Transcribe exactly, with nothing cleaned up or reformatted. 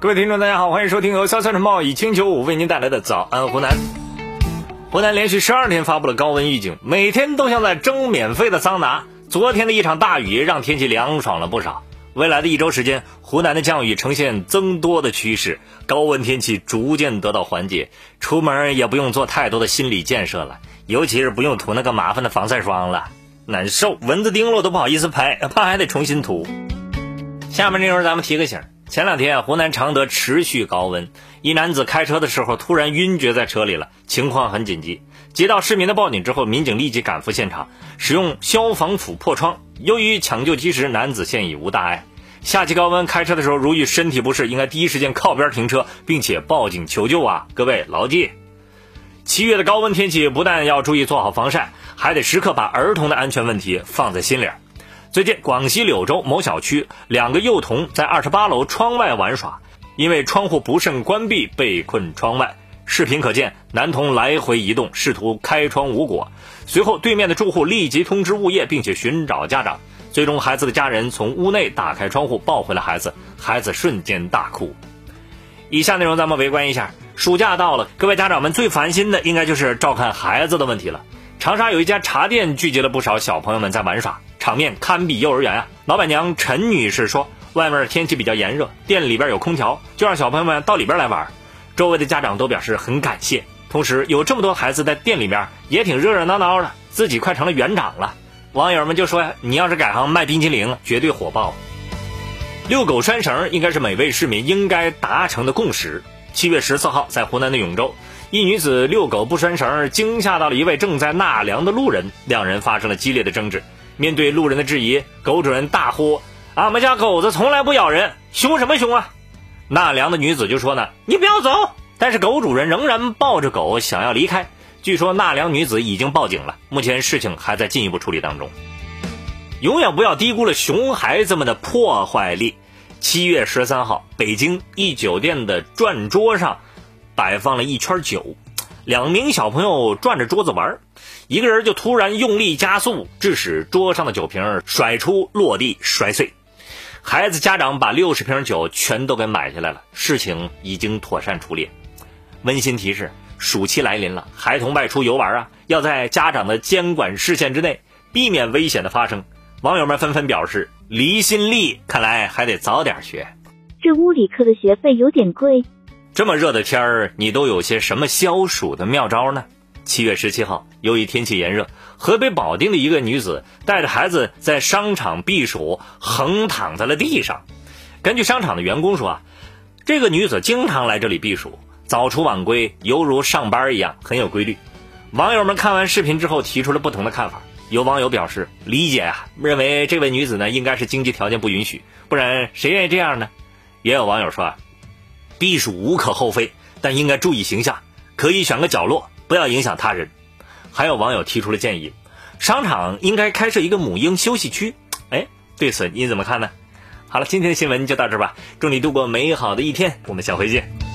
各位听众大家好，欢迎收听由潇潇晨报以清九五为您带来的早安湖南。湖南连续十二天发布了高温预警，每天都像在蒸免费的桑拿。昨天的一场大雨让天气凉爽了不少，未来的一周时间，湖南的降雨呈现增多的趋势，高温天气逐渐得到缓解，出门也不用做太多的心理建设了，尤其是不用涂那个麻烦的防晒霜了，难受，蚊子叮了都不好意思拍，怕还得重新涂。下面内容咱们提个醒，前两天湖南常德持续高温，一男子开车的时候突然晕厥在车里了，情况很紧急。接到市民的报警之后，民警立即赶赴现场，使用消防斧破窗。由于抢救及时，男子现已无大碍。夏季高温开车的时候，如遇身体不适，应该第一时间靠边停车，并且报警求救啊！各位牢记。七月的高温天气，不但要注意做好防晒，还得时刻把儿童的安全问题放在心里。最近广西柳州某小区，两个幼童在二十八楼窗外玩耍，因为窗户不慎关闭被困窗外。视频可见，男童来回移动，试图开窗无果。随后对面的住户立即通知物业，并且寻找家长。最终孩子的家人从屋内打开窗户抱回了孩子，孩子瞬间大哭。以下内容咱们围观一下。暑假到了，各位家长们最烦心的应该就是照看孩子的问题了。长沙有一家茶店聚集了不少小朋友们在玩耍，场面堪比幼儿园啊！老板娘陈女士说，外面天气比较炎热，店里边有空调，就让小朋友们到里边来玩。周围的家长都表示很感谢，同时有这么多孩子在店里面也挺热热闹闹的，自己快成了园长了。网友们就说呀，你要是改行卖冰淇淋，绝对火爆。遛狗拴绳应该是每位市民应该达成的共识。七月十四号，在湖南的永州，一女子遛狗不拴绳，惊吓到了一位正在纳凉的路人，两人发生了激烈的争执。面对路人的质疑，狗主人大呼，俺们家狗子从来不咬人，凶什么凶啊？纳凉的女子就说呢，你不要走，但是狗主人仍然抱着狗想要离开。据说纳凉女子已经报警了，目前事情还在进一步处理当中。永远不要低估了熊孩子们的破坏力。七月十三号，北京一酒店的转桌上摆放了一圈酒，两名小朋友转着桌子玩，一个人就突然用力加速，致使桌上的酒瓶甩出落地摔碎。孩子家长把六十瓶酒全都给买下来了，事情已经妥善处理。温馨提示，暑期来临了，孩童外出游玩啊，要在家长的监管视线之内，避免危险的发生。网友们纷纷表示，离心力看来还得早点学。 这物理课的学费有点贵。 这么热的天儿，你都有些什么消暑的妙招呢？七月十七号，由于天气炎热，河北保定的一个女子带着孩子在商场避暑，横躺在了地上。根据商场的员工说啊，这个女子经常来这里避暑，早出晚归，犹如上班一样，很有规律。网友们看完视频之后提出了不同的看法。有网友表示理解啊，认为这位女子呢应该是经济条件不允许，不然谁愿意这样呢？也有网友说啊，避暑无可厚非，但应该注意形象，可以选个角落，不要影响他人。还有网友提出了建议，商场应该开设一个母婴休息区。哎，对此你怎么看呢？好了，今天的新闻就到这儿吧，祝你度过美好的一天，我们下回见。